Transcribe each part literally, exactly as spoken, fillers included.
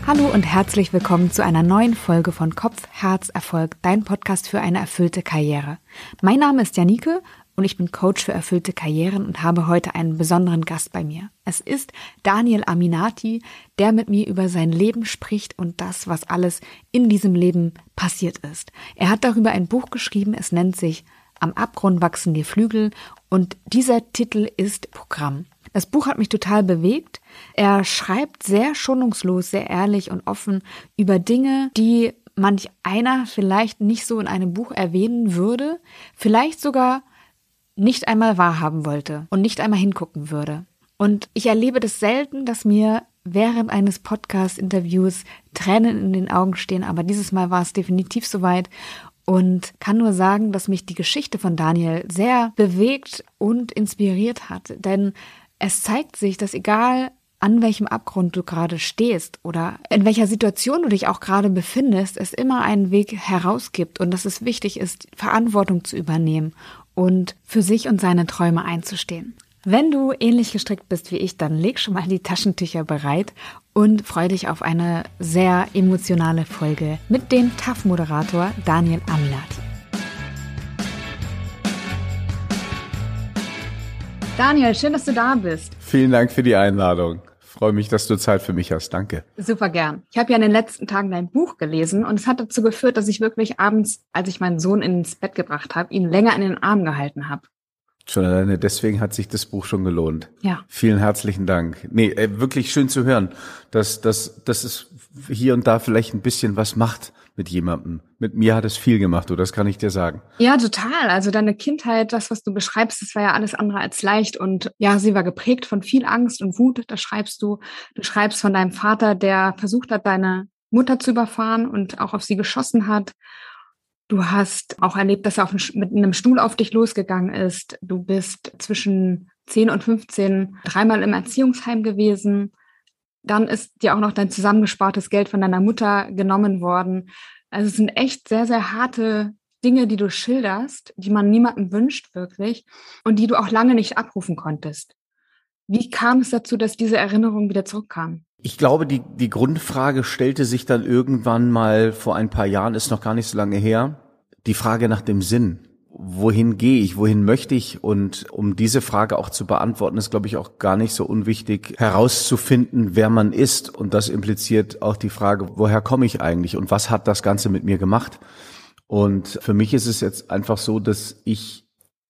Hallo und herzlich willkommen zu einer neuen Folge von Kopf, Herz, Erfolg, dein Podcast für eine erfüllte Karriere. Mein Name ist Janike und ich bin Coach für erfüllte Karrieren und habe heute einen besonderen Gast bei mir. Es ist Daniel Aminati, der mit mir über sein Leben spricht und das, was alles in diesem Leben passiert ist. Er hat darüber ein Buch geschrieben, es nennt sich Am Abgrund wachsen die Flügel und dieser Titel ist Programm. Das Buch hat mich total bewegt. Er schreibt sehr schonungslos, sehr ehrlich und offen über Dinge, die manch einer vielleicht nicht so in einem Buch erwähnen würde, vielleicht sogar nicht einmal wahrhaben wollte und nicht einmal hingucken würde. Und ich erlebe das selten, dass mir während eines Podcast-Interviews Tränen in den Augen stehen, aber dieses Mal war es definitiv soweit. Und kann nur sagen, dass mich die Geschichte von Daniel sehr bewegt und inspiriert hat. Denn es zeigt sich, dass egal an welchem Abgrund du gerade stehst oder in welcher Situation du dich auch gerade befindest, es immer einen Weg heraus gibt und dass es wichtig ist, Verantwortung zu übernehmen und für sich und seine Träume einzustehen. Wenn du ähnlich gestrickt bist wie ich, dann leg schon mal die Taschentücher bereit und freu dich auf eine sehr emotionale Folge mit dem T A F-Moderator Daniel Aminati. Daniel, schön, dass du da bist. Vielen Dank für die Einladung. Ich freue mich, dass du Zeit für mich hast. Danke. Super gern. Ich habe ja in den letzten Tagen dein Buch gelesen und es hat dazu geführt, dass ich wirklich abends, als ich meinen Sohn ins Bett gebracht habe, ihn länger in den Arm gehalten habe. Schon alleine deswegen hat sich das Buch schon gelohnt. Ja. Vielen herzlichen Dank. Nee, äh, wirklich schön zu hören, dass, dass, dass es hier und da vielleicht ein bisschen was macht mit jemandem. Mit mir hat es viel gemacht, du, das kann ich dir sagen. Ja, total. Also deine Kindheit, das, was du beschreibst, das war ja alles andere als leicht und ja, sie war geprägt von viel Angst und Wut, das schreibst du. Du schreibst von deinem Vater, der versucht hat, deine Mutter zu überfahren und auch auf sie geschossen hat. Du hast auch erlebt, dass er auf ein, mit einem Stuhl auf dich losgegangen ist. Du bist zwischen zehn und fünfzehn dreimal im Erziehungsheim gewesen. Dann ist dir auch noch dein zusammengespartes Geld von deiner Mutter genommen worden. Also es sind echt sehr, sehr harte Dinge, die du schilderst, die man niemandem wünscht wirklich und die du auch lange nicht abrufen konntest. Wie kam es dazu, dass diese Erinnerung wieder zurückkam? Ich glaube, die, die Grundfrage stellte sich dann irgendwann mal vor ein paar Jahren, ist noch gar nicht so lange her, die Frage nach dem Sinn. Wohin gehe ich, wohin möchte ich? Und um diese Frage auch zu beantworten, ist, glaube ich, auch gar nicht so unwichtig, herauszufinden, wer man ist. Und das impliziert auch die Frage, woher komme ich eigentlich und was hat das Ganze mit mir gemacht? Und für mich ist es jetzt einfach so, dass ich,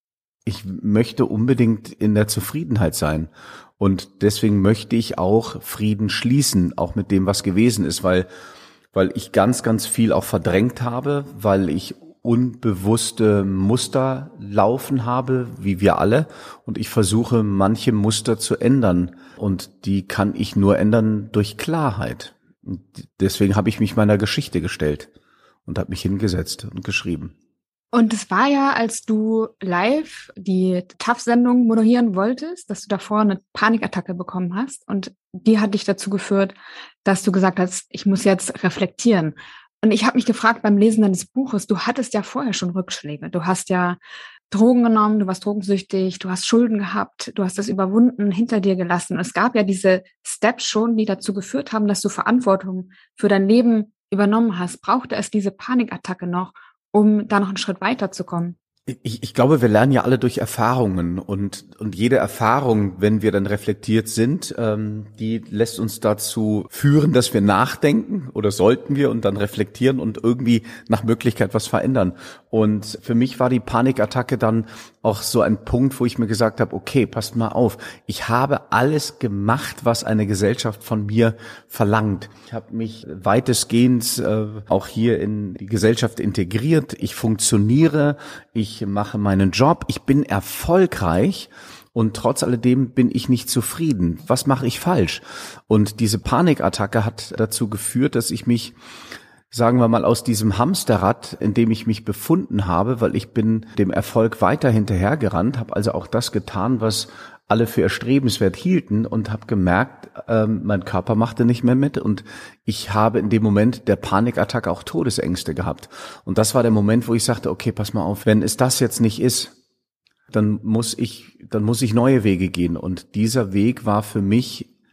ich möchte unbedingt in der Zufriedenheit sein. Und deswegen möchte ich auch Frieden schließen, auch mit dem, was gewesen ist, weil, weil ich ganz, ganz viel auch verdrängt habe, weil ich unbewusste Muster laufen habe, wie wir alle. Und ich versuche, manche Muster zu ändern. Und die kann ich nur ändern durch Klarheit. Und deswegen habe ich mich meiner Geschichte gestellt und habe mich hingesetzt und geschrieben. Und es war ja, als du live die T A F-Sendung moderieren wolltest, dass du davor eine Panikattacke bekommen hast. Und die hat dich dazu geführt, dass du gesagt hast, ich muss jetzt reflektieren. Und ich habe mich gefragt beim Lesen deines Buches, du hattest ja vorher schon Rückschläge. Du hast ja Drogen genommen, du warst drogensüchtig, du hast Schulden gehabt, du hast das überwunden, hinter dir gelassen. Und es gab ja diese Steps schon, die dazu geführt haben, dass du Verantwortung für dein Leben übernommen hast. Brauchte es diese Panikattacke noch, um da noch einen Schritt weiterzukommen? Ich, ich glaube, wir lernen ja alle durch Erfahrungen und und jede Erfahrung, wenn wir dann reflektiert sind, ähm, die lässt uns dazu führen, dass wir nachdenken oder sollten wir und dann reflektieren und irgendwie nach Möglichkeit was verändern. Und für mich war die Panikattacke dann auch so ein Punkt, wo ich mir gesagt habe, okay, passt mal auf, ich habe alles gemacht, was eine Gesellschaft von mir verlangt. Ich habe mich weitestgehend äh, auch hier in die Gesellschaft integriert, ich funktioniere, ich mache meinen Job, ich bin erfolgreich und trotz alledem bin ich nicht zufrieden. Was mache ich falsch? Und diese Panikattacke hat dazu geführt, dass ich mich, sagen wir mal, aus diesem Hamsterrad, in dem ich mich befunden habe, weil ich bin dem Erfolg weiter hinterhergerannt, habe also auch das getan, was alle für erstrebenswert hielten und habe gemerkt, ähm, mein Körper machte nicht mehr mit und ich habe in dem Moment der Panikattacke auch Todesängste gehabt. Und das war der Moment, wo ich sagte, okay, pass mal auf, wenn es das jetzt nicht ist, dann muss ich, dann muss ich neue Wege gehen. Und dieser Weg war für mich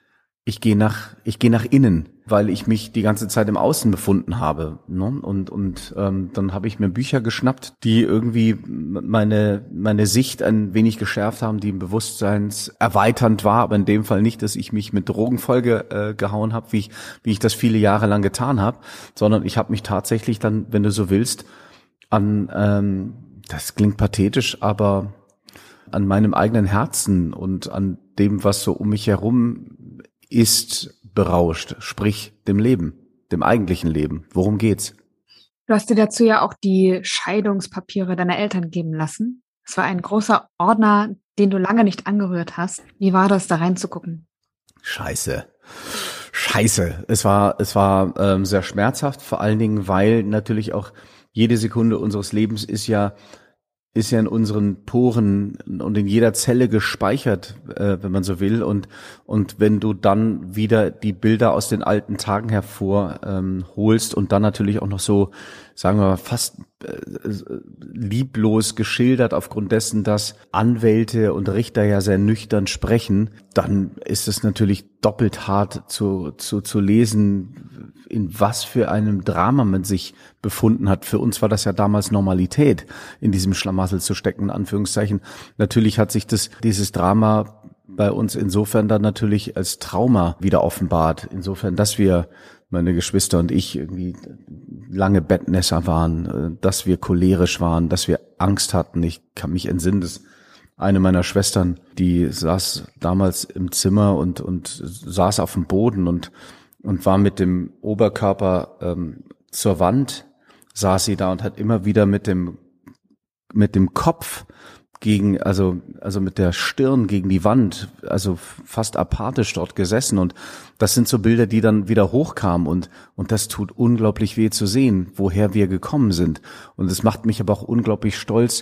ich gehe nach, ich gehe nach innen, weil ich mich die ganze Zeit im Außen befunden habe. Ne? Und und ähm, dann habe ich mir Bücher geschnappt, die irgendwie meine meine Sicht ein wenig geschärft haben, die bewusstseinserweiternd war, aber in dem Fall nicht, dass ich mich mit Drogen voll ge, äh, gehauen habe, wie ich wie ich das viele Jahre lang getan habe, sondern ich habe mich tatsächlich dann, wenn du so willst, an ähm, das klingt pathetisch, aber an meinem eigenen Herzen und an dem, was so um mich herum ist, berauscht, sprich dem Leben, dem eigentlichen Leben. Worum geht's? Du hast dir dazu ja auch die Scheidungspapiere deiner Eltern geben lassen. Es war ein großer Ordner, den du lange nicht angerührt hast. Wie war das, da reinzugucken? Scheiße. Scheiße. Es war, es war ähm, sehr schmerzhaft, vor allen Dingen, weil natürlich auch jede Sekunde unseres Lebens ist ja ist ja in unseren Poren und in jeder Zelle gespeichert, äh, wenn man so will. Und und wenn du dann wieder die Bilder aus den alten Tagen hervor ähm, holst und dann natürlich auch noch so, sagen wir mal, fast äh, lieblos geschildert aufgrund dessen, dass Anwälte und Richter ja sehr nüchtern sprechen, dann ist es natürlich doppelt hart zu zu zu lesen, in was für einem Drama man sich befunden hat. Für uns war das ja damals Normalität, in diesem Schlamassel zu stecken, in Anführungszeichen. Natürlich hat sich das, dieses Drama bei uns insofern dann natürlich als Trauma wieder offenbart. Insofern, dass wir, meine Geschwister und ich, irgendwie lange Bettnässer waren, dass wir cholerisch waren, dass wir Angst hatten. Ich kann mich entsinnen, dass eine meiner Schwestern, die saß damals im Zimmer und, und saß auf dem Boden und und war mit dem Oberkörper ähm, zur Wand, saß sie da und hat immer wieder mit dem mit dem Kopf gegen, also also mit der Stirn gegen die Wand, also fast apathisch dort gesessen. Und das sind so Bilder, die dann wieder hochkamen und und das tut unglaublich weh zu sehen, woher wir gekommen sind. Und es macht mich aber auch unglaublich stolz,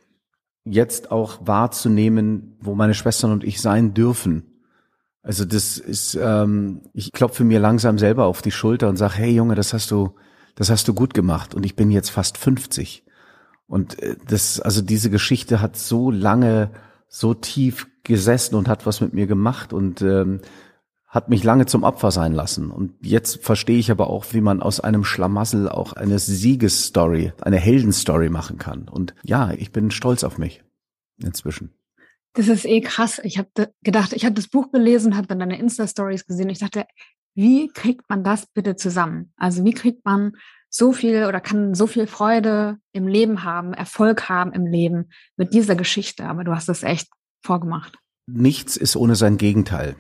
jetzt auch wahrzunehmen, wo meine Schwestern und ich sein dürfen. Also das ist, ähm, ich klopfe mir langsam selber auf die Schulter und sage, hey Junge, das hast du, das hast du gut gemacht. Und ich bin jetzt fast fünfzig. Und das, also diese Geschichte hat so lange, so tief gesessen und hat was mit mir gemacht und ähm, hat mich lange zum Opfer sein lassen. Und jetzt verstehe ich aber auch, wie man aus einem Schlamassel auch eine Siegesstory, eine Heldenstory machen kann. Und ja, ich bin stolz auf mich inzwischen. Das ist eh krass. Ich habe gedacht, ich habe das Buch gelesen, habe dann deine Insta-Stories gesehen. Ich dachte, wie kriegt man das bitte zusammen? Also wie kriegt man so viel oder kann so viel Freude im Leben haben, Erfolg haben im Leben mit dieser Geschichte? Aber du hast das echt vorgemacht. Nichts ist ohne sein Gegenteil.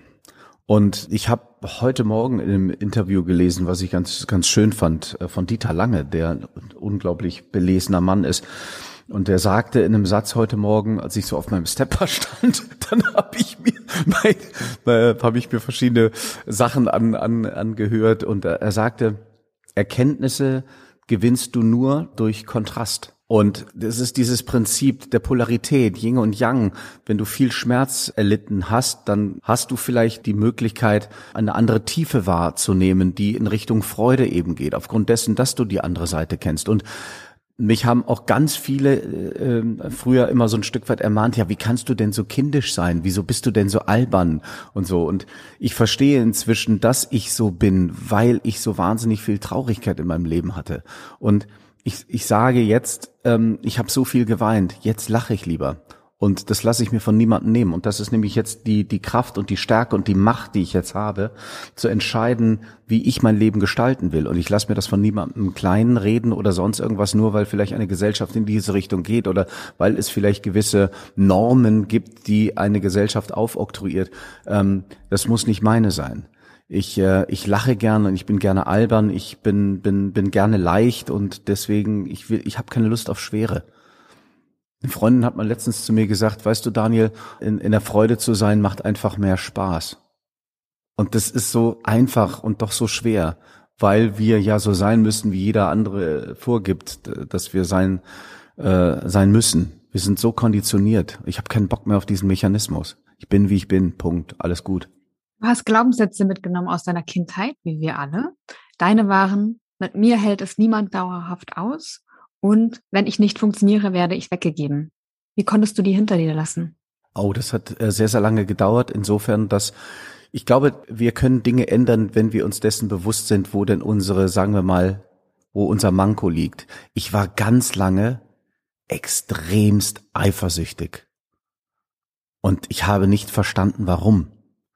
Und ich habe heute Morgen in einem Interview gelesen, was ich ganz ganz schön fand, von Dieter Lange, der ein unglaublich belesener Mann ist. Und der sagte in einem Satz heute Morgen, als ich so auf meinem Stepper stand, dann habe ich mir mein, äh, habe ich mir verschiedene Sachen an, an, angehört und er sagte, Erkenntnisse gewinnst du nur durch Kontrast. Und das ist dieses Prinzip der Polarität, Yin und Yang. Wenn du viel Schmerz erlitten hast, dann hast du vielleicht die Möglichkeit, eine andere Tiefe wahrzunehmen, die in Richtung Freude eben geht, aufgrund dessen, dass du die andere Seite kennst. Und mich haben auch ganz viele äh, früher immer so ein Stück weit ermahnt, ja, wie kannst du denn so kindisch sein? Wieso bist du denn so albern und so? Und ich verstehe inzwischen, dass ich so bin, weil ich so wahnsinnig viel Traurigkeit in meinem Leben hatte. Und ich, ich sage jetzt, ähm, ich habe so viel geweint, jetzt lache ich lieber. Und das lasse ich mir von niemandem nehmen. Und das ist nämlich jetzt die die Kraft und die Stärke und die Macht, die ich jetzt habe, zu entscheiden, wie ich mein Leben gestalten will. Und ich lasse mir das von niemandem klein reden oder sonst irgendwas, nur weil vielleicht eine Gesellschaft in diese Richtung geht oder weil es vielleicht gewisse Normen gibt, die eine Gesellschaft aufoktroyiert. Ähm, das muss nicht meine sein. Ich äh, ich lache gerne und ich bin gerne albern. Ich bin bin bin gerne leicht und deswegen ich will ich habe keine Lust auf Schwere. Eine Freundin hat mal letztens zu mir gesagt, weißt du, Daniel, in, in der Freude zu sein, macht einfach mehr Spaß. Und das ist so einfach und doch so schwer, weil wir ja so sein müssen, wie jeder andere vorgibt, dass wir sein, äh, sein müssen. Wir sind so konditioniert. Ich habe keinen Bock mehr auf diesen Mechanismus. Ich bin, wie ich bin, Punkt. Alles gut. Du hast Glaubenssätze mitgenommen aus deiner Kindheit, wie wir alle. Deine waren, mit mir hält es niemand dauerhaft aus. Und wenn ich nicht funktioniere, werde ich weggegeben. Wie konntest du die hinter dir lassen? Oh, das hat sehr, sehr lange gedauert. Insofern, dass Ich glaube, wir können Dinge ändern, wenn wir uns dessen bewusst sind, wo denn unsere, sagen wir mal, wo unser Manko liegt. Ich war ganz lange extremst eifersüchtig. Und ich habe nicht verstanden, warum.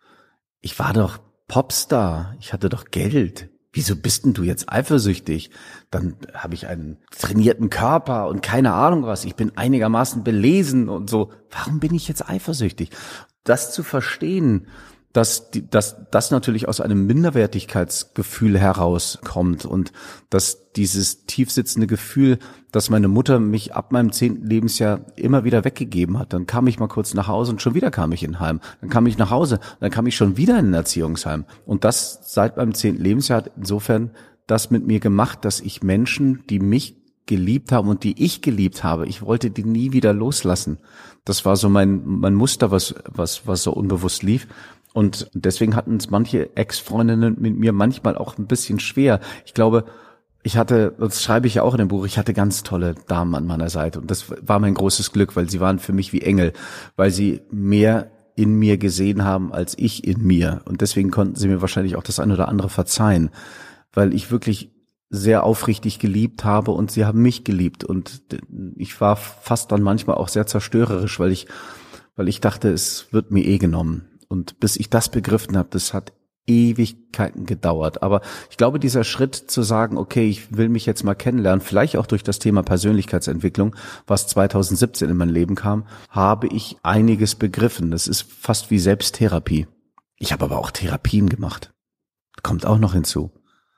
Ich war doch Popstar, ich hatte doch Geld. Wieso bist denn du jetzt eifersüchtig? Dann habe ich einen trainierten Körper und keine Ahnung was. Ich bin einigermaßen belesen und so. Warum bin ich jetzt eifersüchtig? Das zu verstehen, dass die, dass das natürlich aus einem Minderwertigkeitsgefühl herauskommt und dass dieses tiefsitzende Gefühl, dass meine Mutter mich ab meinem zehnten Lebensjahr immer wieder weggegeben hat. Dann kam ich mal kurz nach Hause und schon wieder kam ich in ein Heim. Dann kam ich nach Hause, dann kam ich schon wieder in ein Erziehungsheim. Und das seit meinem zehnten Lebensjahr hat insofern das mit mir gemacht, dass ich Menschen, die mich geliebt haben und die ich geliebt habe, ich wollte die nie wieder loslassen. Das war so mein mein Muster, was was was so unbewusst lief. Und deswegen hatten es manche Ex-Freundinnen mit mir manchmal auch ein bisschen schwer. Ich glaube, ich hatte, das schreibe ich ja auch in dem Buch, ich hatte ganz tolle Damen an meiner Seite. Und das war mein großes Glück, weil sie waren für mich wie Engel, weil sie mehr in mir gesehen haben als ich in mir. Und deswegen konnten sie mir wahrscheinlich auch das eine oder andere verzeihen, weil ich wirklich sehr aufrichtig geliebt habe und sie haben mich geliebt. Und ich war fast dann manchmal auch sehr zerstörerisch, weil ich, weil ich dachte, es wird mir eh genommen. Und bis ich das begriffen habe, das hat Ewigkeiten gedauert. Aber ich glaube, dieser Schritt zu sagen, okay, ich will mich jetzt mal kennenlernen, vielleicht auch durch das Thema Persönlichkeitsentwicklung, was zweitausendsiebzehn in mein Leben kam, habe ich einiges begriffen. Das ist fast wie Selbsttherapie. Ich habe aber auch Therapien gemacht. Kommt auch noch hinzu.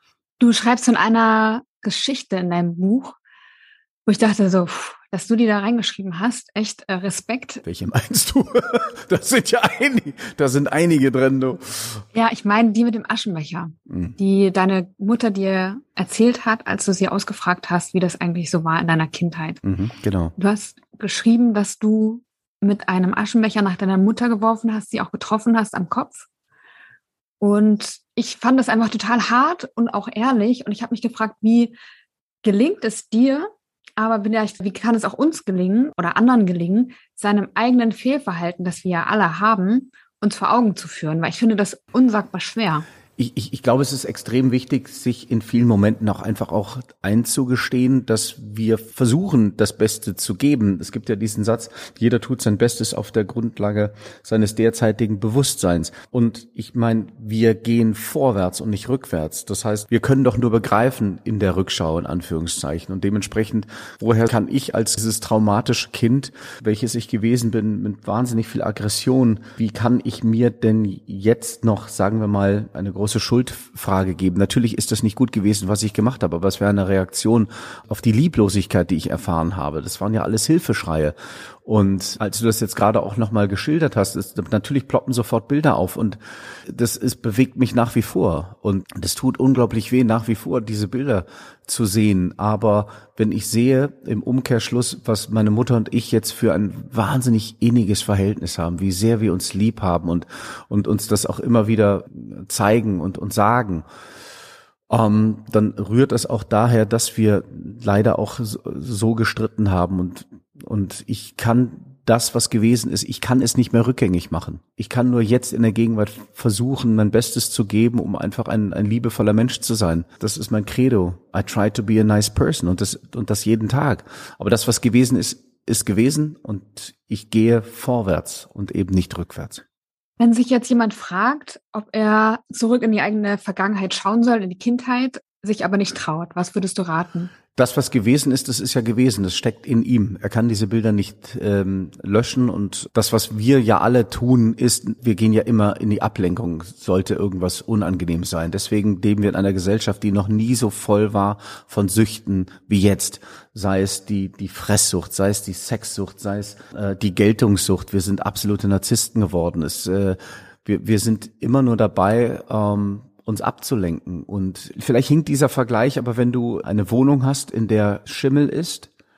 Du schreibst von einer Geschichte in deinem Buch, wo ich dachte so, pff, dass du die da reingeschrieben hast, echt äh, Respekt. Welche meinst du? Das sind ja einige, da sind einige drin, du. Ja, ich meine die mit dem Aschenbecher, mhm. die deine Mutter dir erzählt hat, als du sie ausgefragt hast, wie das eigentlich so war in deiner Kindheit. Mhm, genau. Du hast geschrieben, dass du mit einem Aschenbecher nach deiner Mutter geworfen hast, sie auch getroffen hast am Kopf. Und ich fand das einfach total hart und auch ehrlich. Und ich habe mich gefragt, wie gelingt es dir, aber vielleicht, wie kann es auch uns gelingen oder anderen gelingen, seinem eigenen Fehlverhalten, das wir ja alle haben, uns vor Augen zu führen? Weil ich finde das unsagbar schwer. Ich, ich, ich glaube, es ist extrem wichtig, sich in vielen Momenten auch einfach auch einzugestehen, dass wir versuchen, das Beste zu geben. Es gibt ja diesen Satz, jeder tut sein Bestes auf der Grundlage seines derzeitigen Bewusstseins. Und ich meine, wir gehen vorwärts und nicht rückwärts. Das heißt, wir können doch nur begreifen in der Rückschau, in Anführungszeichen. Und dementsprechend, woher kann ich als dieses traumatische Kind, welches ich gewesen bin, mit wahnsinnig viel Aggression, wie kann ich mir denn jetzt noch, sagen wir mal, eine große Schuldfrage geben. Natürlich ist das nicht gut gewesen, was ich gemacht habe, aber es wäre eine Reaktion auf die Lieblosigkeit, die ich erfahren habe. Das waren ja alles Hilfeschreie. Und als du das jetzt gerade auch nochmal geschildert hast, ist, natürlich ploppen sofort Bilder auf und das ist, bewegt mich nach wie vor. Und das tut unglaublich weh, nach wie vor diese Bilder zu sehen. Aber wenn ich sehe im Umkehrschluss, was meine Mutter und ich jetzt für ein wahnsinnig inniges Verhältnis haben, wie sehr wir uns lieb haben und, und uns das auch immer wieder zeigen und, und sagen, ähm, dann rührt es auch daher, dass wir leider auch so, so gestritten haben und Und ich kann das, was gewesen ist, ich kann es nicht mehr rückgängig machen. Ich kann nur jetzt in der Gegenwart versuchen, mein Bestes zu geben, um einfach ein, ein liebevoller Mensch zu sein. Das ist mein Credo. I try to be a nice person und das, und das jeden Tag. Aber das, was gewesen ist, ist gewesen und ich gehe vorwärts und eben nicht rückwärts. Wenn sich jetzt jemand fragt, ob er zurück in die eigene Vergangenheit schauen soll, in die Kindheit, sich aber nicht traut, was würdest du raten? Das, was gewesen ist, das ist ja gewesen, das steckt in ihm. Er kann diese Bilder nicht ähm, löschen und das, was wir ja alle tun, ist, wir gehen ja immer in die Ablenkung, sollte irgendwas unangenehm sein. Deswegen leben wir in einer Gesellschaft, die noch nie so voll war von Süchten wie jetzt. Sei es die die Fresssucht, sei es die Sexsucht, sei es äh, die Geltungssucht. Wir sind absolute Narzissten geworden. Es, äh, wir, wir sind immer nur dabei, ähm, uns abzulenken. Und vielleicht hinkt dieser Vergleich, aber wenn du eine Wohnung hast, in der Schimmel ist,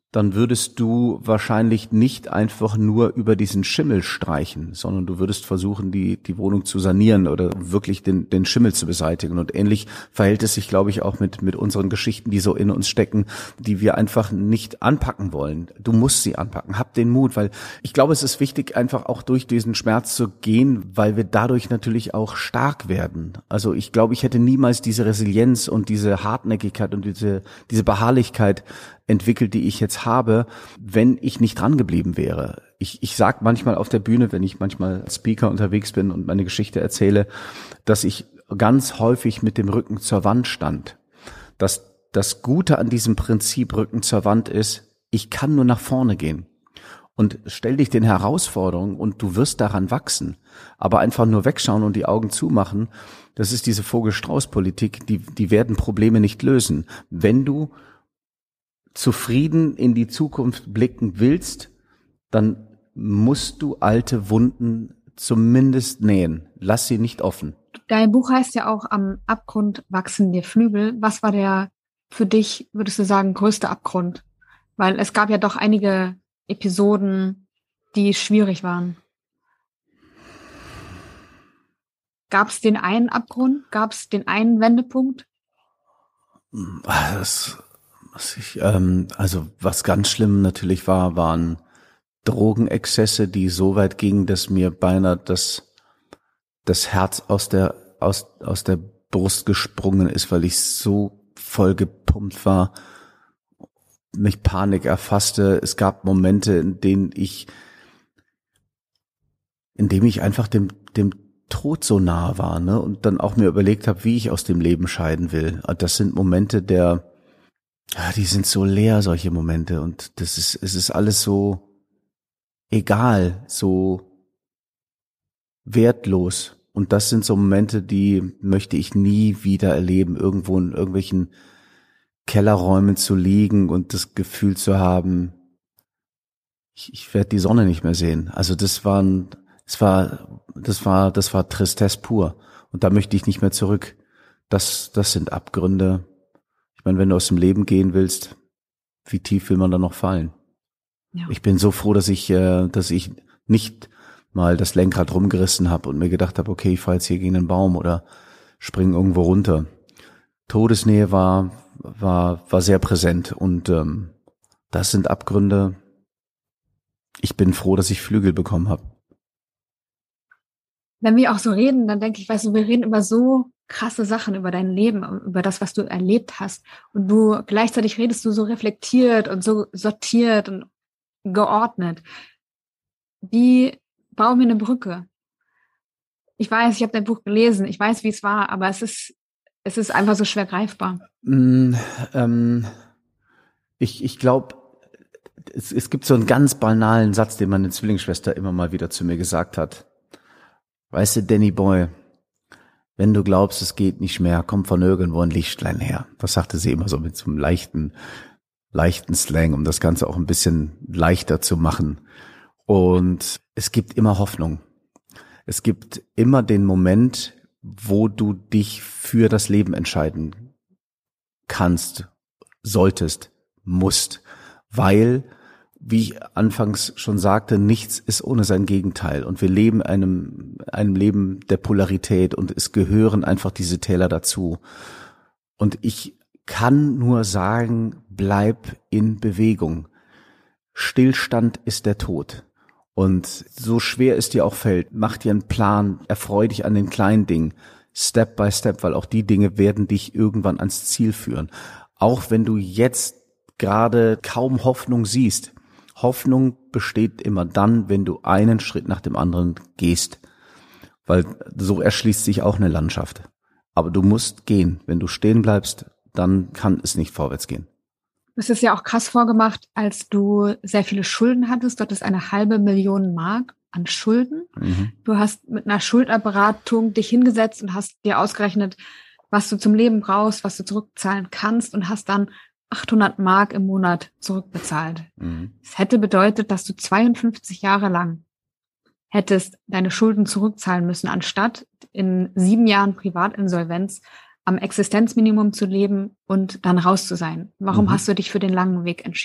dann würdest du wahrscheinlich nicht einfach nur über diesen Schimmel streichen, sondern du würdest versuchen, die die Wohnung zu sanieren oder wirklich den den Schimmel zu beseitigen. Und ähnlich verhält es sich, glaube ich, auch mit mit unseren Geschichten, die so in uns stecken, die wir einfach nicht anpacken wollen. Du musst sie anpacken. Hab den Mut, weil ich glaube, es ist wichtig, einfach auch durch diesen Schmerz zu gehen, weil wir dadurch natürlich auch stark werden. Also ich glaube, ich hätte niemals diese Resilienz und diese Hartnäckigkeit und diese diese Beharrlichkeit entwickelt, die ich jetzt habe, wenn ich nicht dran geblieben wäre. Ich, ich sage manchmal auf der Bühne, wenn ich manchmal als Speaker unterwegs bin und meine Geschichte erzähle, dass ich ganz häufig mit dem Rücken zur Wand stand. Dass das Gute an diesem Prinzip Rücken zur Wand ist, ich kann nur nach vorne gehen. Und stell dich den Herausforderungen und du wirst daran wachsen. Aber einfach nur wegschauen und die Augen zumachen, das ist diese Vogel-Strauß-Politik, die, die werden Probleme nicht lösen. Wenn du zufrieden in die Zukunft blicken willst, dann musst du alte Wunden zumindest nähen. Lass sie nicht offen. Dein Buch heißt ja auch Am Abgrund wachsen dir Flügel. Was war der für dich, würdest du sagen, größte Abgrund? Weil es gab ja doch einige Episoden, die schwierig waren. Gab es den einen Abgrund? Gab es den einen Wendepunkt? Das Was ich, ähm, also was ganz schlimm natürlich war, waren Drogenexzesse, die so weit gingen, dass mir beinahe das das Herz aus der aus aus der Brust gesprungen ist, weil ich so voll gepumpt war, mich Panik erfasste. Es gab Momente, in denen ich, in dem ich einfach dem dem Tod so nah war, ne, und dann auch mir überlegt habe, wie ich aus dem Leben scheiden will. Das sind Momente der Ja, die sind so leer, solche Momente, und das ist, es ist alles so egal, so wertlos. Und das sind so Momente, die möchte ich nie wieder erleben, irgendwo in irgendwelchen Kellerräumen zu liegen und das Gefühl zu haben, ich, ich werde die Sonne nicht mehr sehen. Also das war, ein, das war, das war, das war Tristesse pur. Und da möchte ich nicht mehr zurück. Das, das sind Abgründe. Ich meine, wenn du aus dem Leben gehen willst, wie tief will man da noch fallen? Ja. Ich bin so froh, dass ich, äh, dass ich nicht mal das Lenkrad rumgerissen habe und mir gedacht habe, okay, ich fahre jetzt hier gegen einen Baum oder spring irgendwo runter. Todesnähe war, war, war sehr präsent, und ähm, das sind Abgründe. Ich bin froh, dass ich Flügel bekommen habe. Wenn wir auch so reden, dann denke ich, weißt du, wir reden über so krasse Sachen, über dein Leben, über das, was du erlebt hast. Und du, gleichzeitig redest du so reflektiert und so sortiert und geordnet. Wie bauen wir eine Brücke? Ich weiß, ich habe dein Buch gelesen, ich weiß, wie es war, aber es ist, es ist einfach so schwer greifbar. Mm, ähm, ich ich glaube, es, es gibt so einen ganz banalen Satz, den meine Zwillingsschwester immer mal wieder zu mir gesagt hat. Weißt du, Danny Boy, wenn du glaubst, es geht nicht mehr, kommt von irgendwo ein Lichtlein her. Das sagte sie immer so mit so einem leichten, leichten Slang, um das Ganze auch ein bisschen leichter zu machen. Und es gibt immer Hoffnung. Es gibt immer den Moment, wo du dich für das Leben entscheiden kannst, solltest, musst, weil, wie ich anfangs schon sagte, nichts ist ohne sein Gegenteil, und wir leben einem einem Leben der Polarität, und es gehören einfach diese Täler dazu. Und ich kann nur sagen, bleib in Bewegung. Stillstand ist der Tod. Und so schwer es dir auch fällt, mach dir einen Plan, erfreu dich an den kleinen Dingen, Step by Step, weil auch die Dinge werden dich irgendwann ans Ziel führen. Auch wenn du jetzt gerade kaum Hoffnung siehst. Hoffnung besteht immer dann, wenn du einen Schritt nach dem anderen gehst. Weil so erschließt sich auch eine Landschaft. Aber du musst gehen. Wenn du stehen bleibst, dann kann es nicht vorwärts gehen. Das ist ja auch krass vorgemacht, als du sehr viele Schulden hattest. Du hattest eine halbe Million Mark an Schulden. Mhm. Du hast mit einer Schuldnerberatung dich hingesetzt und hast dir ausgerechnet, was du zum Leben brauchst, was du zurückzahlen kannst, und hast dann achthundert Mark im Monat zurückbezahlt. Mhm. Das hätte bedeutet, dass du zweiundfünfzig Jahre lang hättest deine Schulden zurückzahlen müssen, anstatt in sieben Jahren Privatinsolvenz am Existenzminimum zu leben und dann raus zu sein. Warum mhm. hast du dich für den langen Weg entschieden?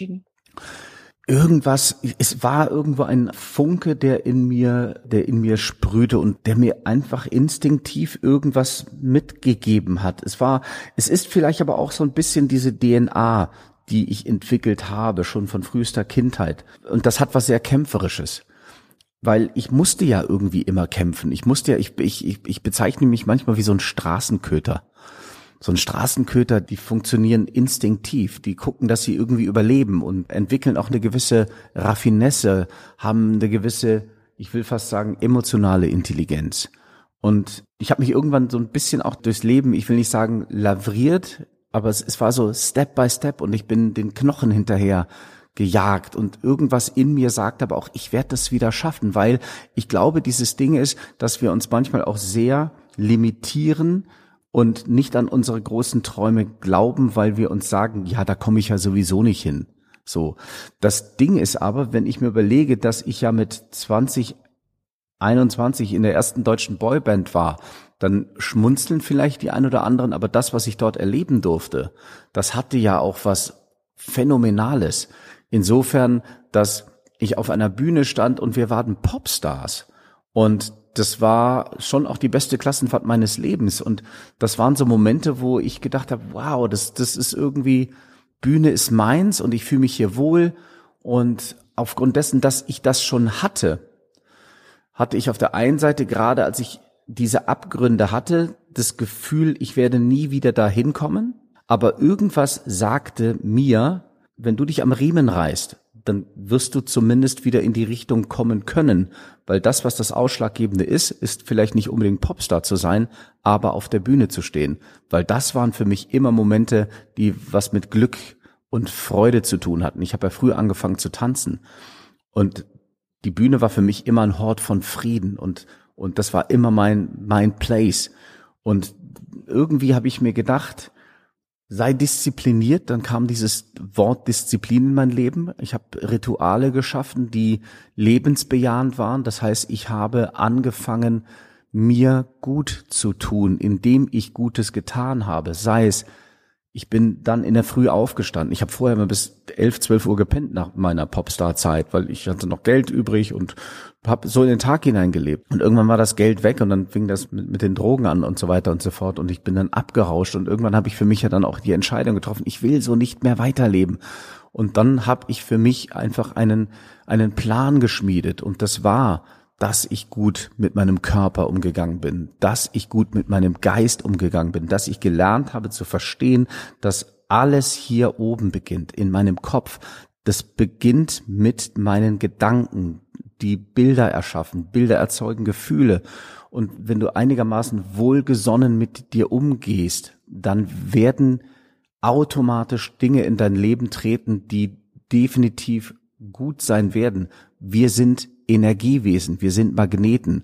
Irgendwas, es war irgendwo ein Funke, der in mir, der in mir sprühte und der mir einfach instinktiv irgendwas mitgegeben hat. Es war, es ist vielleicht aber auch so ein bisschen diese D N A, die ich entwickelt habe, schon von frühester Kindheit. Und das hat was sehr Kämpferisches. Weil ich musste ja irgendwie immer kämpfen. Ich musste ja, ich, ich, ich bezeichne mich manchmal wie so ein Straßenköter. So ein Straßenköter, die funktionieren instinktiv, die gucken, dass sie irgendwie überleben und entwickeln auch eine gewisse Raffinesse, haben eine gewisse, ich will fast sagen, emotionale Intelligenz. Und ich habe mich irgendwann so ein bisschen auch durchs Leben, ich will nicht sagen lavriert, aber es, es war so Step by Step und ich bin den Knochen hinterher gejagt und irgendwas in mir sagt aber auch, ich werde das wieder schaffen, weil ich glaube, dieses Ding ist, dass wir uns manchmal auch sehr limitieren und nicht an unsere großen Träume glauben, weil wir uns sagen, ja, da komme ich ja sowieso nicht hin. So. Das Ding ist aber, wenn ich mir überlege, dass ich ja mit zwanzig einundzwanzig in der ersten deutschen Boyband war, dann schmunzeln vielleicht die ein oder anderen, aber das, was ich dort erleben durfte, das hatte ja auch was Phänomenales. Insofern, dass ich auf einer Bühne stand und wir waren Popstars. Und das war schon auch die beste Klassenfahrt meines Lebens. Und das waren so Momente, wo ich gedacht habe, wow, das, das ist irgendwie, Bühne ist meins und ich fühle mich hier wohl. Und aufgrund dessen, dass ich das schon hatte, hatte ich auf der einen Seite, gerade als ich diese Abgründe hatte, das Gefühl, ich werde nie wieder dahin kommen. Aber irgendwas sagte mir, wenn du dich am Riemen reißt, dann wirst du zumindest wieder in die Richtung kommen können, weil das, was das Ausschlaggebende ist, ist vielleicht nicht unbedingt Popstar zu sein, aber auf der Bühne zu stehen, weil das waren für mich immer Momente, die was mit Glück und Freude zu tun hatten. Ich habe ja früh angefangen zu tanzen und die Bühne war für mich immer ein Hort von Frieden und und das war immer mein mein Place und irgendwie habe ich mir gedacht, sei diszipliniert, dann kam dieses Wort Disziplin in mein Leben. Ich habe Rituale geschaffen, die lebensbejahend waren. Das heißt, ich habe angefangen, mir gut zu tun, indem ich Gutes getan habe. Sei es, ich bin dann in der Früh aufgestanden. Ich habe vorher mal bis elf, zwölf Uhr gepennt nach meiner Popstar-Zeit, weil ich hatte noch Geld übrig und habe so in den Tag hineingelebt. Und irgendwann war das Geld weg und dann fing das mit, mit den Drogen an und so weiter und so fort. Und ich bin dann abgerauscht und irgendwann habe ich für mich ja dann auch die Entscheidung getroffen, ich will so nicht mehr weiterleben. Und dann habe ich für mich einfach einen einen Plan geschmiedet und das war, dass ich gut mit meinem Körper umgegangen bin, dass ich gut mit meinem Geist umgegangen bin, dass ich gelernt habe zu verstehen, dass alles hier oben beginnt, in meinem Kopf. Das beginnt mit meinen Gedanken, die Bilder erschaffen. Bilder erzeugen Gefühle. Und wenn du einigermaßen wohlgesonnen mit dir umgehst, dann werden automatisch Dinge in dein Leben treten, die definitiv gut sein werden. Wir sind Energiewesen, wir sind Magneten.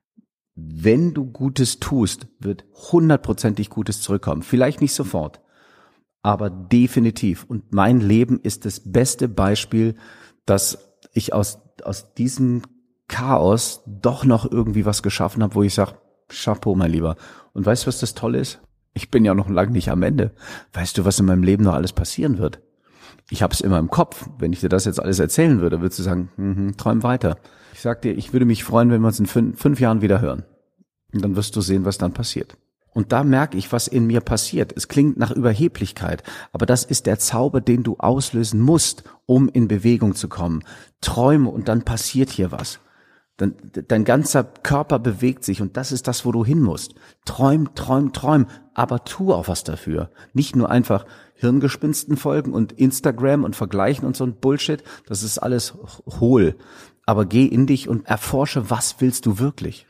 Wenn du Gutes tust, wird hundertprozentig Gutes zurückkommen. Vielleicht nicht sofort, aber definitiv. Und mein Leben ist das beste Beispiel, dass ich aus aus diesem Chaos doch noch irgendwie was geschaffen habe, wo ich sage, Chapeau, mein Lieber. Und weißt du, was das Tolle ist? Ich bin ja noch lange nicht am Ende. Weißt du, was in meinem Leben noch alles passieren wird? Ich habe es immer im Kopf. Wenn ich dir das jetzt alles erzählen würde, würdest du sagen, hm, träum weiter. Ich sag dir, ich würde mich freuen, wenn wir uns in fünf, fünf Jahren wieder hören. Und dann wirst du sehen, was dann passiert. Und da merke ich, was in mir passiert. Es klingt nach Überheblichkeit, aber das ist der Zauber, den du auslösen musst, um in Bewegung zu kommen. Träume und dann passiert hier was. Dann, dein ganzer Körper bewegt sich und das ist das, wo du hin musst. Träum, träum, träum, aber tu auch was dafür. Nicht nur einfach Hirngespinsten folgen und Instagram und vergleichen und so ein Bullshit. Das ist alles hohl. Aber geh in dich und erforsche, was willst du wirklich?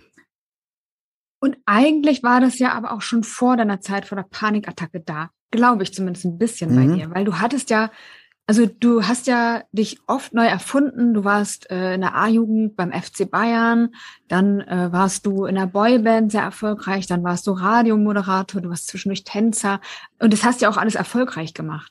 Und eigentlich war das ja aber auch schon vor deiner Zeit, vor der Panikattacke da. Glaube ich zumindest ein bisschen mhm. bei dir. Weil du hattest ja, also du hast ja dich oft neu erfunden. Du warst äh, in der A-Jugend beim F C Bayern. Dann äh, warst du in der Boyband sehr erfolgreich. Dann warst du Radiomoderator. Du warst zwischendurch Tänzer. Und das hast ja auch alles erfolgreich gemacht.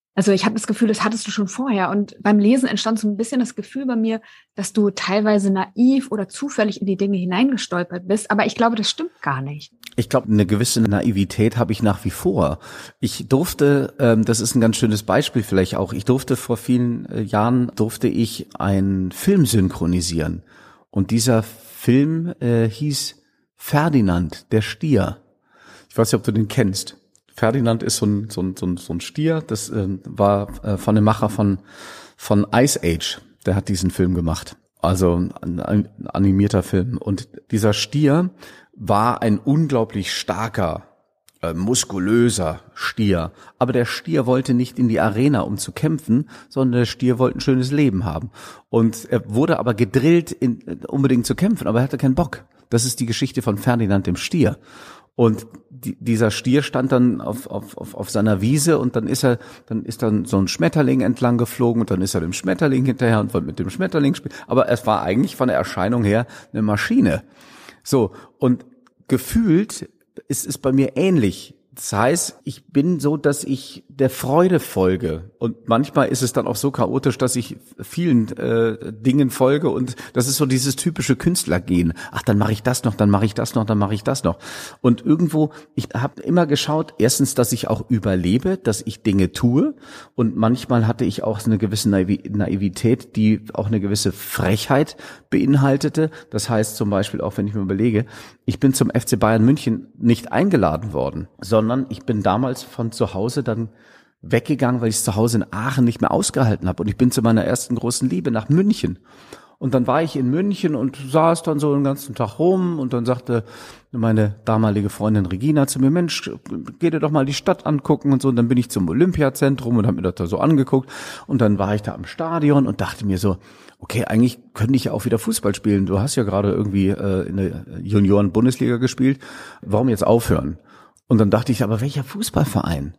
Also ich habe das Gefühl, das hattest du schon vorher. Und beim Lesen entstand so ein bisschen das Gefühl bei mir, dass du teilweise naiv oder zufällig in die Dinge hineingestolpert bist. Aber ich glaube, das stimmt gar nicht. Ich glaube, eine gewisse Naivität habe ich nach wie vor. Ich durfte, ähm, das ist ein ganz schönes Beispiel vielleicht auch, ich durfte vor vielen äh, Jahren, durfte ich einen Film synchronisieren. Und dieser Film äh, hieß Ferdinand, der Stier. Ich weiß nicht, ob du den kennst. Ferdinand ist so ein, so ein, so ein, so ein Stier, das äh, war äh, von dem Macher von, von Ice Age. Der hat diesen Film gemacht. Also ein, ein animierter Film. Und dieser Stier war ein unglaublich starker, äh, muskulöser Stier. Aber der Stier wollte nicht in die Arena, um zu kämpfen, sondern der Stier wollte ein schönes Leben haben. Und er wurde aber gedrillt, in, unbedingt zu kämpfen, aber er hatte keinen Bock. Das ist die Geschichte von Ferdinand dem Stier. Und die, dieser Stier stand dann auf, auf, auf, auf seiner Wiese und dann ist er, dann ist dann so ein Schmetterling entlang geflogen und dann ist er dem Schmetterling hinterher und wollte mit dem Schmetterling spielen. Aber es war eigentlich von der Erscheinung her eine Maschine. So, und gefühlt ist es bei mir ähnlich. Das heißt, ich bin so, dass ich der Freude folge. Und manchmal ist es dann auch so chaotisch, dass ich vielen äh, Dingen folge. Und das ist so dieses typische Künstlergehen. Ach, dann mache ich das noch, dann mache ich das noch, dann mache ich das noch. Und irgendwo, ich habe immer geschaut, erstens, dass ich auch überlebe, dass ich Dinge tue. Und manchmal hatte ich auch eine gewisse Naivität, die auch eine gewisse Frechheit beinhaltete. Das heißt zum Beispiel auch, wenn ich mir überlege, ich bin zum F C Bayern München nicht eingeladen worden, sondern ich bin damals von zu Hause dann weggegangen, weil ich es zu Hause in Aachen nicht mehr ausgehalten habe. Und ich bin zu meiner ersten großen Liebe nach München. Und dann war ich in München und saß dann so den ganzen Tag rum und dann sagte meine damalige Freundin Regina zu mir, Mensch, geh dir doch mal die Stadt angucken und so. Und dann bin ich zum Olympiazentrum und habe mir das da so angeguckt. Und dann war ich da am Stadion und dachte mir so, okay, eigentlich könnte ich ja auch wieder Fußball spielen. Du hast ja gerade irgendwie äh, in der Junioren-Bundesliga gespielt. Warum jetzt aufhören? Und dann dachte ich, aber welcher Fußballverein?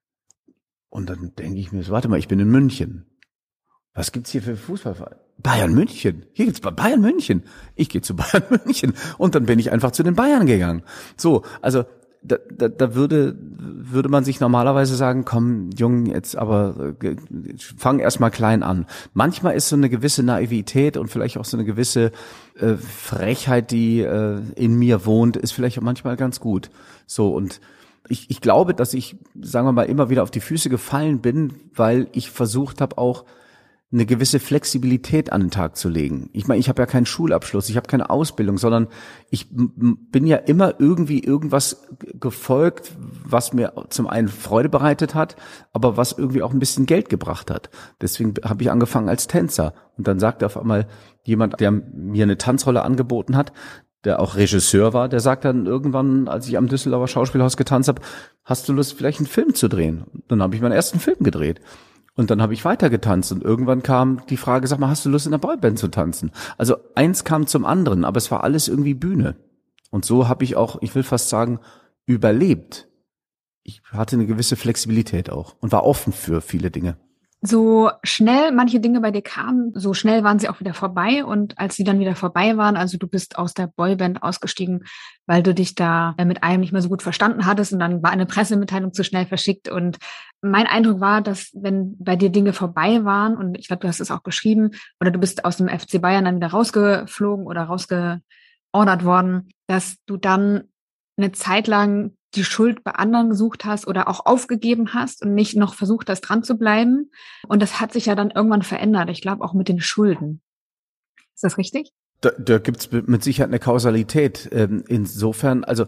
Und dann denke ich mir so, warte mal, ich bin in München. Was gibt's hier für Fußballvereine? Bayern München. Hier gibt's Bayern München. Ich gehe zu Bayern München. Und dann bin ich einfach zu den Bayern gegangen. So, also da, da, da würde würde man sich normalerweise sagen, komm, Jung, jetzt aber äh, fang erst mal klein an. Manchmal ist so eine gewisse Naivität und vielleicht auch so eine gewisse äh, Frechheit, die äh, in mir wohnt, ist vielleicht auch manchmal ganz gut. So, und ich, ich glaube, dass ich, sagen wir mal, immer wieder auf die Füße gefallen bin, weil ich versucht habe, auch eine gewisse Flexibilität an den Tag zu legen. Ich meine, ich habe ja keinen Schulabschluss, ich habe keine Ausbildung, sondern ich m- bin ja immer irgendwie irgendwas gefolgt, was mir zum einen Freude bereitet hat, aber was irgendwie auch ein bisschen Geld gebracht hat. Deswegen habe ich angefangen als Tänzer. Und dann sagte auf einmal jemand, der mir eine Tanzrolle angeboten hat, der auch Regisseur war, der sagt dann irgendwann, als ich am Düsseldorfer Schauspielhaus getanzt habe, hast du Lust, vielleicht einen Film zu drehen? Und dann habe ich meinen ersten Film gedreht. Und dann habe ich weiter getanzt und irgendwann kam die Frage, sag mal, hast du Lust in der Boyband zu tanzen? Also eins kam zum anderen, aber es war alles irgendwie Bühne. Und so habe ich auch, ich will fast sagen, überlebt. Ich hatte eine gewisse Flexibilität auch und war offen für viele Dinge. So schnell manche Dinge bei dir kamen, so schnell waren sie auch wieder vorbei. Und als sie dann wieder vorbei waren, also du bist aus der Boyband ausgestiegen, weil du dich da mit einem nicht mehr so gut verstanden hattest und dann war eine Pressemitteilung zu schnell verschickt. Und mein Eindruck war, dass wenn bei dir Dinge vorbei waren, und ich glaube, du hast es auch geschrieben, oder du bist aus dem F C Bayern dann wieder rausgeflogen oder rausgeordert worden, dass du dann eine Zeit lang die Schuld bei anderen gesucht hast oder auch aufgegeben hast und nicht noch versucht hast, dran zu bleiben. Und das hat sich ja dann irgendwann verändert. Ich glaube auch mit den Schulden. Ist das richtig? Da, da gibt's mit Sicherheit eine Kausalität. Insofern, also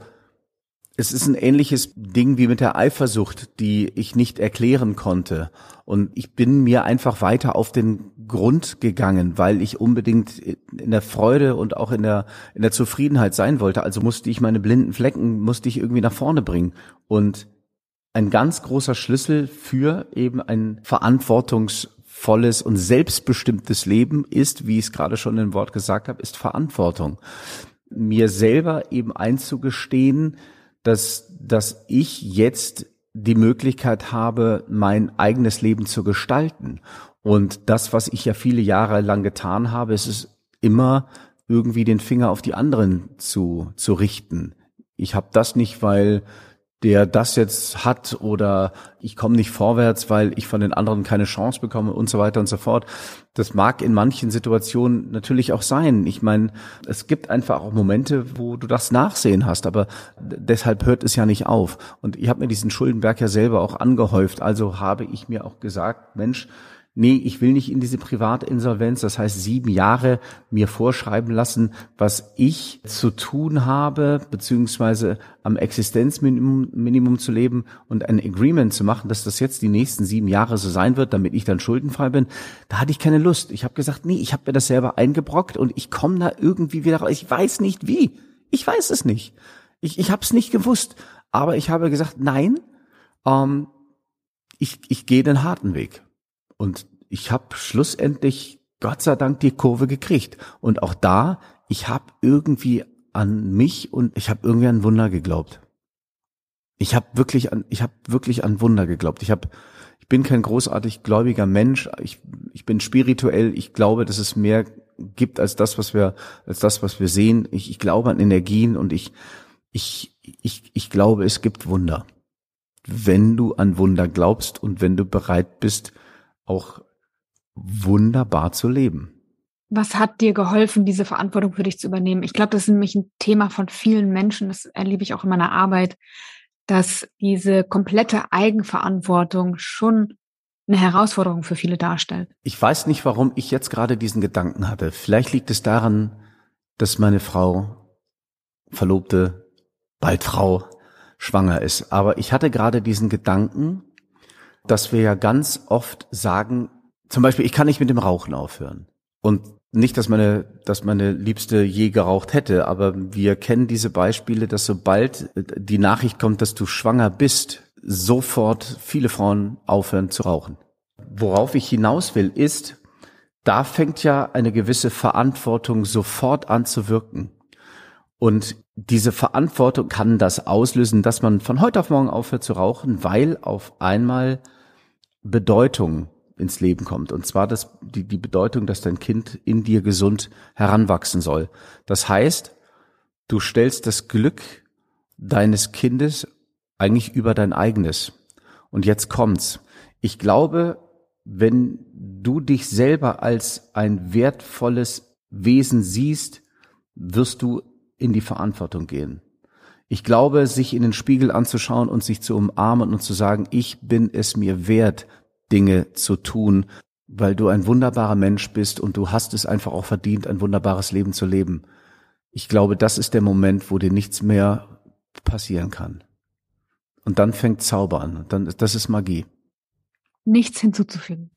es ist ein ähnliches Ding wie mit der Eifersucht, die ich nicht erklären konnte. Und ich bin mir einfach weiter auf den Grund gegangen, weil ich unbedingt in der Freude und auch in der in der Zufriedenheit sein wollte. Also musste ich meine blinden Flecken, musste ich irgendwie nach vorne bringen. Und ein ganz großer Schlüssel für eben ein verantwortungsvolles und selbstbestimmtes Leben ist, wie ich es gerade schon im Wort gesagt habe, ist Verantwortung. Mir selber eben einzugestehen, dass, dass ich jetzt die Möglichkeit habe, mein eigenes Leben zu gestalten. Und das, was ich ja viele Jahre lang getan habe, ist es immer irgendwie den Finger auf die anderen zu, zu richten. Ich habe das nicht, weil der das jetzt hat oder ich komme nicht vorwärts, weil ich von den anderen keine Chance bekomme und so weiter und so fort. Das mag in manchen Situationen natürlich auch sein. Ich meine, es gibt einfach auch Momente, wo du das Nachsehen hast, aber deshalb hört es ja nicht auf. Und ich habe mir diesen Schuldenberg ja selber auch angehäuft. Also habe ich mir auch gesagt, Mensch, nee, ich will nicht in diese Privatinsolvenz, das heißt sieben Jahre mir vorschreiben lassen, was ich zu tun habe, beziehungsweise am Existenzminimum Minimum zu leben und ein Agreement zu machen, dass das jetzt die nächsten sieben Jahre so sein wird, damit ich dann schuldenfrei bin. Da hatte ich keine Lust. Ich habe gesagt, nee, ich habe mir das selber eingebrockt und ich komme da irgendwie wieder raus. Ich weiß nicht wie. Ich weiß es nicht. Ich, ich habe es nicht gewusst. Aber ich habe gesagt, nein, ähm, ich, ich gehe den harten Weg. Und ich habe schlussendlich, Gott sei Dank, die Kurve gekriegt. Und auch da, ich habe irgendwie an mich und ich habe irgendwie an Wunder geglaubt. Ich habe wirklich an, ich habe wirklich an Wunder geglaubt. Ich habe, ich bin kein großartig gläubiger Mensch. Ich, ich bin spirituell. Ich glaube, dass es mehr gibt als das, was wir, als das, was wir sehen. Ich, ich glaube an Energien und ich, ich, ich, ich glaube, es gibt Wunder. Wenn du an Wunder glaubst und wenn du bereit bist, auch wunderbar zu leben. Was hat dir geholfen, diese Verantwortung für dich zu übernehmen? Ich glaube, das ist nämlich ein Thema von vielen Menschen, das erlebe ich auch in meiner Arbeit, dass diese komplette Eigenverantwortung schon eine Herausforderung für viele darstellt. Ich weiß nicht, warum ich jetzt gerade diesen Gedanken hatte. Vielleicht liegt es daran, dass meine Frau, Verlobte, bald Frau, schwanger ist. Aber ich hatte gerade diesen Gedanken, dass wir ja ganz oft sagen, zum Beispiel, ich kann nicht mit dem Rauchen aufhören. Und nicht, dass meine, dass meine Liebste je geraucht hätte, aber wir kennen diese Beispiele, dass sobald die Nachricht kommt, dass du schwanger bist, sofort viele Frauen aufhören zu rauchen. Worauf ich hinaus will, ist, da fängt ja eine gewisse Verantwortung sofort an zu wirken. Und diese Verantwortung kann das auslösen, dass man von heute auf morgen aufhört zu rauchen, weil auf einmal Bedeutung ins Leben kommt. Und zwar das, die, die Bedeutung, dass dein Kind in dir gesund heranwachsen soll. Das heißt, du stellst das Glück deines Kindes eigentlich über dein eigenes. Und jetzt kommt's. Ich glaube, wenn du dich selber als ein wertvolles Wesen siehst, wirst du in die Verantwortung gehen. Ich glaube, sich in den Spiegel anzuschauen und sich zu umarmen und zu sagen, ich bin es mir wert, Dinge zu tun, weil du ein wunderbarer Mensch bist und du hast es einfach auch verdient, ein wunderbares Leben zu leben. Ich glaube, das ist der Moment, wo dir nichts mehr passieren kann. Und dann fängt Zauber an. Dann, das ist Magie. Nichts hinzuzufügen.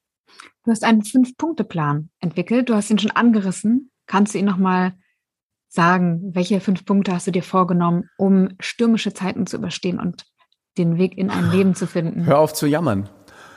Du hast einen Fünf-Punkte-Plan entwickelt. Du hast ihn schon angerissen. Kannst du ihn nochmal sagen, welche fünf Punkte hast du dir vorgenommen, um stürmische Zeiten zu überstehen und den Weg in ein Leben zu finden? Hör auf zu jammern.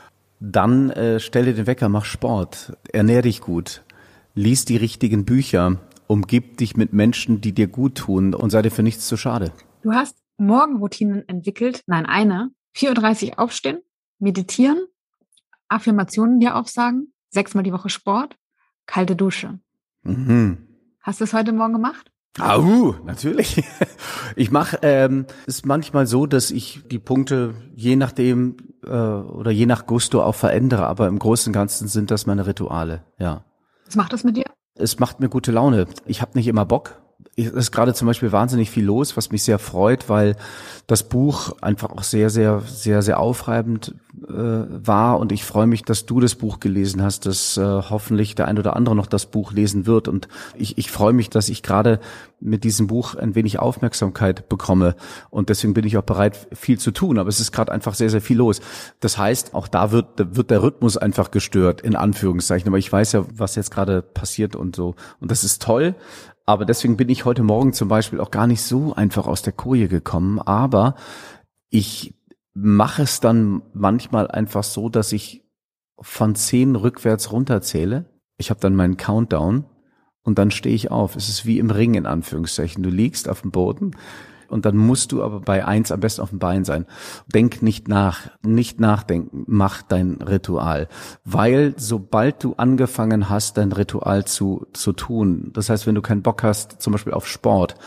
Dann äh, stell dir den Wecker, mach Sport, ernähr dich gut, lies die richtigen Bücher, umgib dich mit Menschen, die dir gut tun und sei dir für nichts zu schade. Du hast Morgenroutinen entwickelt, nein, eine, vier Uhr dreißig aufstehen, meditieren, Affirmationen dir aufsagen, sechsmal die Woche Sport, kalte Dusche. Mhm. Hast du es heute Morgen gemacht? Ah, uh, natürlich. Ich mache ähm, ist manchmal so, dass ich die Punkte je nachdem äh, oder je nach Gusto auch verändere, aber im Großen und Ganzen sind das meine Rituale, ja. Was macht das mit dir? Es macht mir gute Laune. Ich habe nicht immer Bock. Es ist gerade zum Beispiel wahnsinnig viel los, was mich sehr freut, weil das Buch einfach auch sehr, sehr, sehr, sehr aufreibend äh, war. Und ich freue mich, dass du das Buch gelesen hast, dass äh, hoffentlich der ein oder andere noch das Buch lesen wird. Und ich, ich freue mich, dass ich gerade mit diesem Buch ein wenig Aufmerksamkeit bekomme. Und deswegen bin ich auch bereit, viel zu tun. Aber es ist gerade einfach sehr, sehr viel los. Das heißt, auch da wird, wird der Rhythmus einfach gestört, in Anführungszeichen. Aber ich weiß ja, was jetzt gerade passiert und so. Und das ist toll. Aber deswegen bin ich heute Morgen zum Beispiel auch gar nicht so einfach aus der Koje gekommen. Aber ich mache es dann manchmal einfach so, dass ich von zehn rückwärts runterzähle. Ich habe dann meinen Countdown und dann stehe ich auf. Es ist wie im Ring in Anführungszeichen. Du liegst auf dem Boden und dann musst du aber bei eins am besten auf dem Bein sein. Denk nicht nach, nicht nachdenken, mach dein Ritual. Weil sobald du angefangen hast, dein Ritual zu, zu tun, das heißt, wenn du keinen Bock hast, zum Beispiel auf Sport,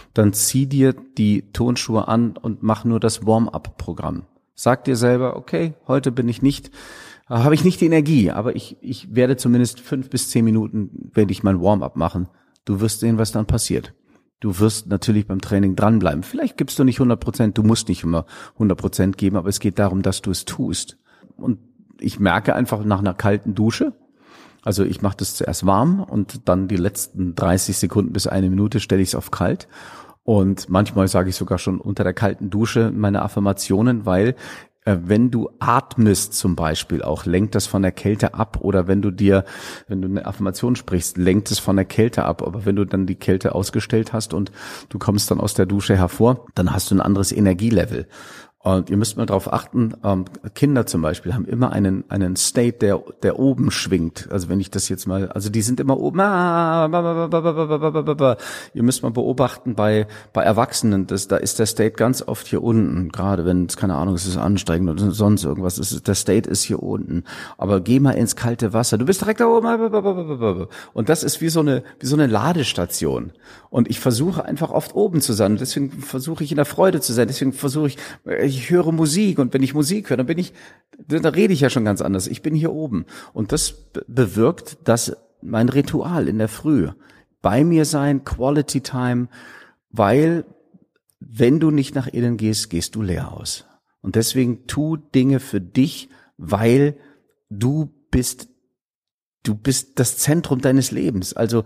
dann zieh dir die Turnschuhe an und mach nur das Warm-up-Programm. Sag dir selber, okay, heute bin ich nicht, habe ich nicht die Energie, aber ich, ich werde zumindest fünf bis zehn Minuten, werde ich mein Warm-up machen. Du wirst sehen, was dann passiert. Du wirst natürlich beim Training dranbleiben. Vielleicht gibst du nicht hundert Prozent, du musst nicht immer hundert Prozent geben, aber es geht darum, dass du es tust. Und ich merke einfach nach einer kalten Dusche, also ich mache das zuerst warm und dann die letzten dreißig Sekunden bis eine Minute stelle ich es auf kalt. Und manchmal sage ich sogar schon unter der kalten Dusche meine Affirmationen, weil äh, wenn du atmest zum Beispiel auch, lenkt das von der Kälte ab. Oder wenn du dir, wenn du eine Affirmation sprichst, lenkt es von der Kälte ab. Aber wenn du dann die Kälte ausgestellt hast und du kommst dann aus der Dusche hervor, dann hast du ein anderes Energielevel. Und ihr müsst mal darauf achten, ähm, Kinder zum Beispiel haben immer einen einen State, der der oben schwingt. Also wenn ich das jetzt mal, also die sind immer oben. Ah, ba, ba, ba, ba, ba, ba, ba, ba, ba. Ihr müsst mal beobachten bei bei Erwachsenen, das, da ist der State ganz oft hier unten. Gerade wenn es, keine Ahnung, es ist anstrengend oder sonst irgendwas. Ist, der State ist hier unten. Aber geh mal ins kalte Wasser. Du bist direkt da oben. Und das ist wie so eine wie so eine Ladestation. Und ich versuche einfach oft oben zu sein. Und deswegen versuche ich in der Freude zu sein. Deswegen versuche ich Ich höre Musik und wenn ich Musik höre, dann bin ich, da rede ich ja schon ganz anders. Ich bin hier oben und das bewirkt, dass mein Ritual in der Früh bei mir sein, Quality Time, weil wenn du nicht nach innen gehst, gehst du leer aus. Und deswegen tu Dinge für dich, weil du bist, du bist das Zentrum deines Lebens. Also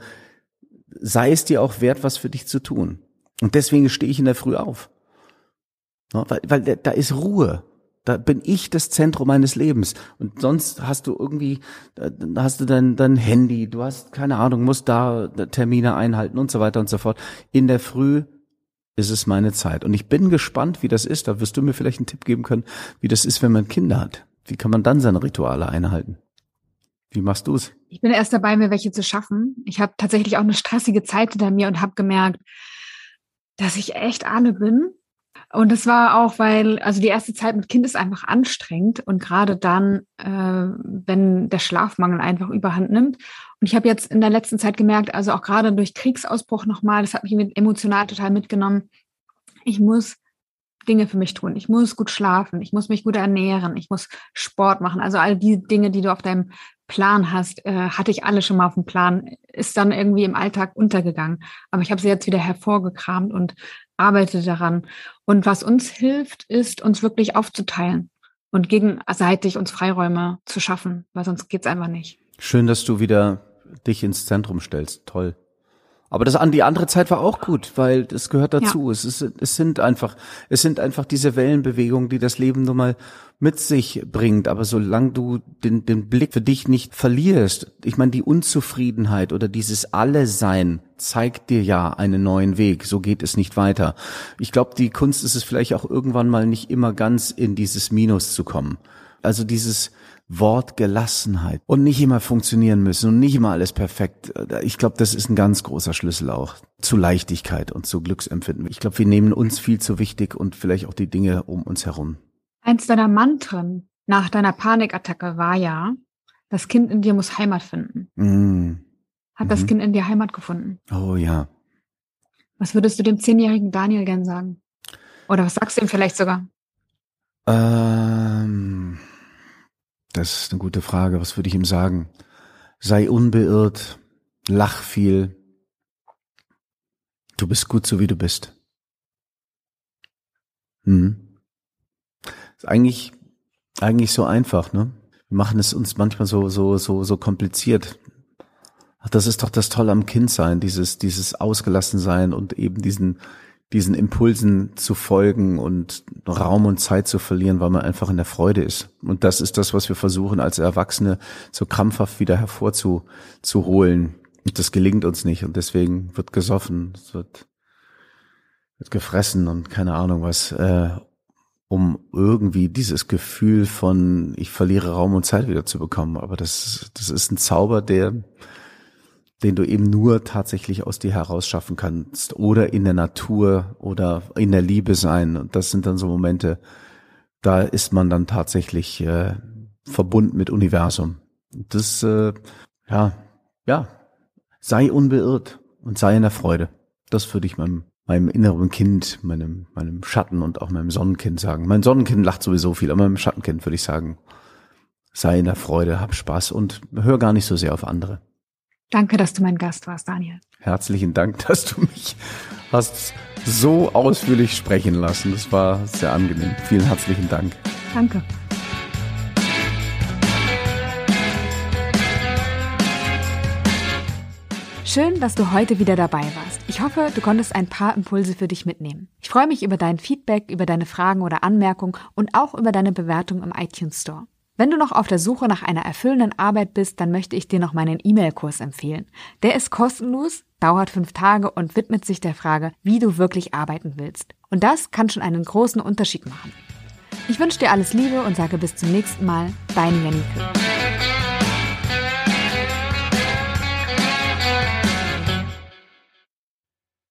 sei es dir auch wert, was für dich zu tun. Und deswegen stehe ich in der Früh auf. No, weil, weil da ist Ruhe. Da bin ich das Zentrum meines Lebens. Und sonst hast du irgendwie, da hast du dein, dein Handy, du hast, keine Ahnung, musst da Termine einhalten und so weiter und so fort. In der Früh ist es meine Zeit. Und ich bin gespannt, wie das ist. Da wirst du mir vielleicht einen Tipp geben können, wie das ist, wenn man Kinder hat. Wie kann man dann seine Rituale einhalten? Wie machst du es? Ich bin erst dabei, mir welche zu schaffen. Ich habe tatsächlich auch eine stressige Zeit hinter mir und habe gemerkt, dass ich echt alle bin. Und das war auch, weil, also die erste Zeit mit Kind ist einfach anstrengend und gerade dann, äh, wenn der Schlafmangel einfach überhand nimmt. Und ich habe jetzt in der letzten Zeit gemerkt, also auch gerade durch Kriegsausbruch nochmal, das hat mich emotional total mitgenommen, ich muss Dinge für mich tun. Ich muss gut schlafen, ich muss mich gut ernähren, ich muss Sport machen. Also all die Dinge, die du auf deinem Plan hast, äh, hatte ich alle schon mal auf dem Plan, ist dann irgendwie im Alltag untergegangen. Aber ich habe sie jetzt wieder hervorgekramt und arbeite daran. Und was uns hilft, ist, uns wirklich aufzuteilen und gegenseitig uns Freiräume zu schaffen, weil sonst geht's einfach nicht. Schön, dass du wieder dich ins Zentrum stellst. Toll. Aber das an die andere Zeit war auch gut, weil das gehört dazu. Ja. Es ist, es sind einfach, es sind einfach diese Wellenbewegungen, die das Leben nun mal mit sich bringt. Aber solange du den, den Blick für dich nicht verlierst, ich meine, die Unzufriedenheit oder dieses Alle-Sein zeigt dir ja einen neuen Weg. So geht es nicht weiter. Ich glaube, die Kunst ist es vielleicht auch irgendwann mal nicht immer ganz in dieses Minus zu kommen. Also dieses Wort Gelassenheit und nicht immer funktionieren müssen und nicht immer alles perfekt. Ich glaube, das ist ein ganz großer Schlüssel auch zu Leichtigkeit und zu Glücksempfinden. Ich glaube, wir nehmen uns viel zu wichtig und vielleicht auch die Dinge um uns herum. Eins deiner Mantren nach deiner Panikattacke war ja, das Kind in dir muss Heimat finden. Mm. Hat mhm. das Kind in dir Heimat gefunden? Oh ja. Was würdest du dem zehnjährigen Daniel gern sagen? Oder was sagst du ihm vielleicht sogar? Ähm... Das ist eine gute Frage. Was würde ich ihm sagen? Sei unbeirrt, lach viel. Du bist gut so, wie du bist. Hm. Ist eigentlich, eigentlich so einfach, ne? Wir machen es uns manchmal so, so, so, so kompliziert. Ach, das ist doch das Tolle am Kindsein, dieses, dieses Ausgelassensein und eben diesen, diesen Impulsen zu folgen und Raum und Zeit zu verlieren, weil man einfach in der Freude ist. Und das ist das, was wir versuchen, als Erwachsene so krampfhaft wieder hervorzuholen. Und das gelingt uns nicht. Und deswegen wird gesoffen, es wird, wird gefressen und keine Ahnung was, äh, um irgendwie dieses Gefühl von, ich verliere Raum und Zeit wieder zu bekommen. Aber das, das ist ein Zauber, der den du eben nur tatsächlich aus dir heraus schaffen kannst oder in der Natur oder in der Liebe sein. Und das sind dann so Momente, da ist man dann tatsächlich äh, verbunden mit Universum. Das, äh, ja, ja, sei unbeirrt und sei in der Freude. Das würde ich meinem meinem inneren Kind, meinem, meinem Schatten und auch meinem Sonnenkind sagen. Mein Sonnenkind lacht sowieso viel, aber meinem Schattenkind würde ich sagen, sei in der Freude, hab Spaß und hör gar nicht so sehr auf andere. Danke, dass du mein Gast warst, Daniel. Herzlichen Dank, dass du mich hast so ausführlich sprechen lassen. Das war sehr angenehm. Vielen herzlichen Dank. Danke. Schön, dass du heute wieder dabei warst. Ich hoffe, du konntest ein paar Impulse für dich mitnehmen. Ich freue mich über dein Feedback, über deine Fragen oder Anmerkungen und auch über deine Bewertung im iTunes Store. Wenn du noch auf der Suche nach einer erfüllenden Arbeit bist, dann möchte ich dir noch meinen E-Mail-Kurs empfehlen. Der ist kostenlos, dauert fünf Tage und widmet sich der Frage, wie du wirklich arbeiten willst. Und das kann schon einen großen Unterschied machen. Ich wünsche dir alles Liebe und sage bis zum nächsten Mal, deine Janike.